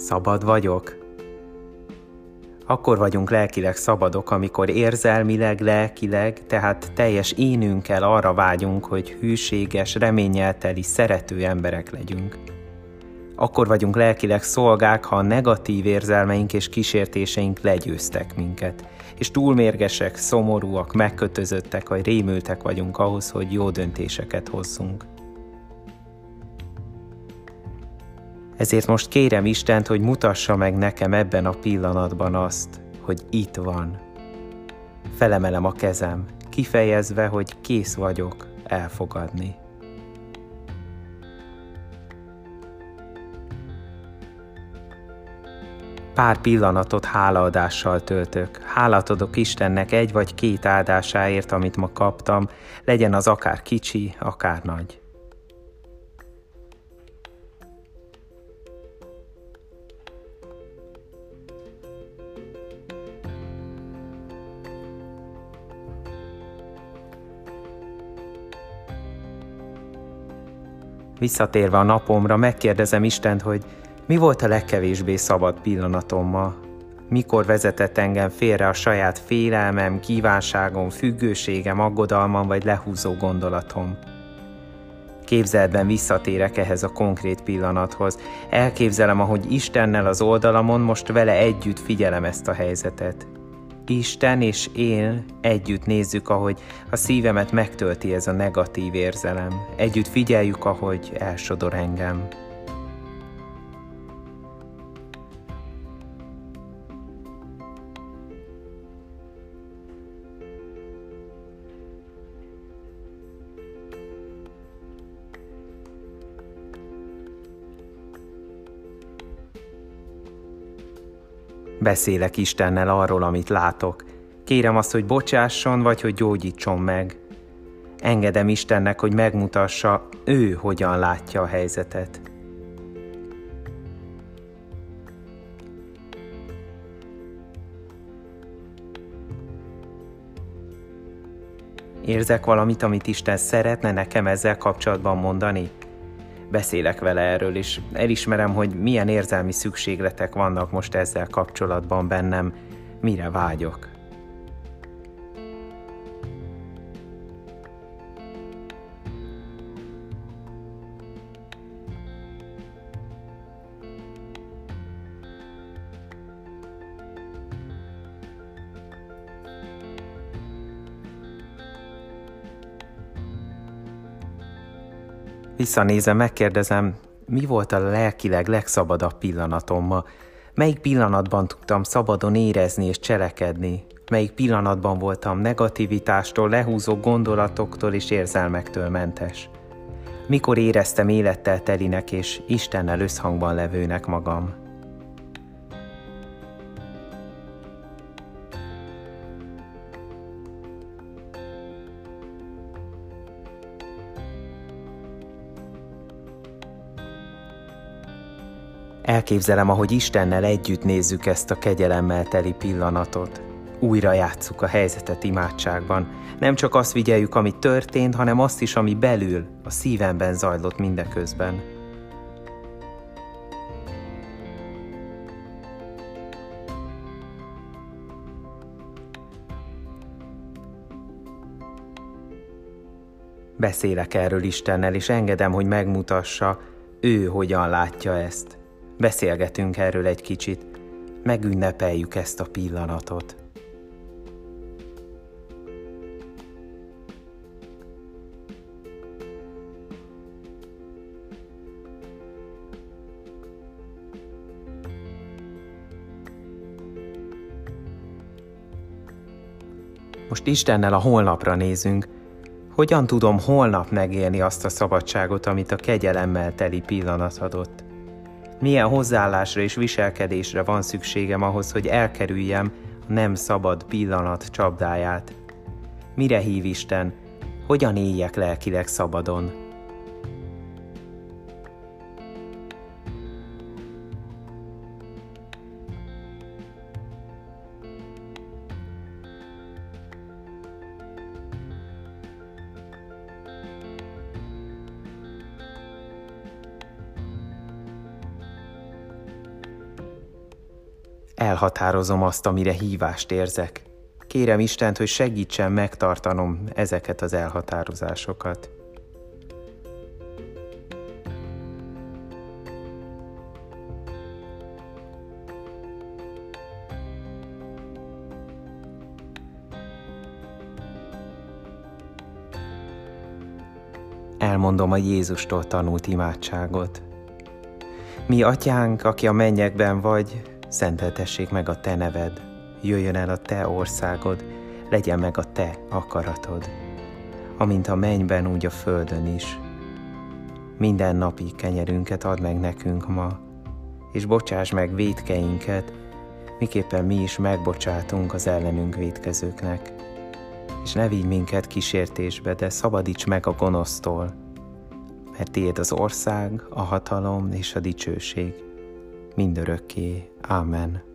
Szabad vagyok? Akkor vagyunk lelkileg szabadok, amikor érzelmileg, lelkileg, tehát teljes énünkkel arra vágyunk, hogy hűséges, reménnyel teli, szerető emberek legyünk. Akkor vagyunk lelkileg szolgák, ha a negatív érzelmeink és kísértéseink legyőztek minket, és túlmérgesek, szomorúak, megkötözöttek vagy rémültek vagyunk ahhoz, hogy jó döntéseket hozzunk. Ezért most kérem Istent, hogy mutassa meg nekem ebben a pillanatban azt, hogy itt van. Felemelem a kezem, kifejezve, hogy kész vagyok elfogadni. Pár pillanatot hálaadással töltök. Hálát adok Istennek egy vagy két áldásáért, amit ma kaptam, legyen az akár kicsi, akár nagy. Visszatérve a napomra, megkérdezem Istent, hogy mi volt a legkevésbé szabad pillanatom ma? Mikor vezetett engem félre a saját félelmem, kívánságom, függőségem, aggodalmam vagy lehúzó gondolatom? Képzeletben visszatérek ehhez a konkrét pillanathoz. Elképzelem, ahogy Istennel az oldalamon most vele együtt figyelem ezt a helyzetet. Isten és én együtt nézzük, ahogy a szívemet megtölti ez a negatív érzelem. Együtt figyeljük, ahogy elsodor engem. Beszélek Istennel arról, amit látok. Kérem azt, hogy bocsásson, vagy hogy gyógyítson meg. Engedem Istennek, hogy megmutassa, ő hogyan látja a helyzetet. Érzek valamit, amit Isten szeretne nekem ezzel kapcsolatban mondani? Beszélek vele erről, és elismerem, hogy milyen érzelmi szükségletek vannak most ezzel kapcsolatban bennem, mire vágyok. Visszanézem, megkérdezem, mi volt a lelkileg legszabadabb pillanatom ma? Melyik pillanatban tudtam szabadon érezni és cselekedni? Melyik pillanatban voltam negativitástól, lehúzó gondolatoktól és érzelmektől mentes? Mikor éreztem élettel telinek és Istennel összhangban levőnek magam? Elképzelem, ahogy Istennel együtt nézzük ezt a kegyelemmel teli pillanatot. Újra játsszuk a helyzetet imádságban. Nem csak azt figyeljük, ami történt, hanem azt is, ami belül, a szívemben zajlott mindeközben. Beszélek erről Istennel, és engedem, hogy megmutassa, ő hogyan látja ezt. Beszélgetünk erről egy kicsit, megünnepeljük ezt a pillanatot. Most Istennel a holnapra nézünk. Hogyan tudom holnap megélni azt a szabadságot, amit a kegyelemmel teli pillanat adott? Milyen hozzáállásra és viselkedésre van szükségem ahhoz, hogy elkerüljem a nem szabad pillanat csapdáját? Mire hív Isten? Hogyan éljek lelkileg szabadon? Elhatározom azt, amire hívást érzek. Kérem Istent, hogy segítsen megtartanom ezeket az elhatározásokat. Elmondom a Jézustól tanult imádságot. Mi atyánk, aki a mennyekben vagy, szenteltessék meg a te neved, jöjjön el a te országod, legyen meg a te akaratod, amint a mennyben, úgy a földön is. Minden napi kenyerünket add meg nekünk ma, és bocsáss meg vétkeinket, miképpen mi is megbocsátunk az ellenünk vétkezőknek. És ne vigy minket kísértésbe, de szabadíts meg a gonosztól, mert tiéd az ország, a hatalom és a dicsőség mindörökké. Ámen.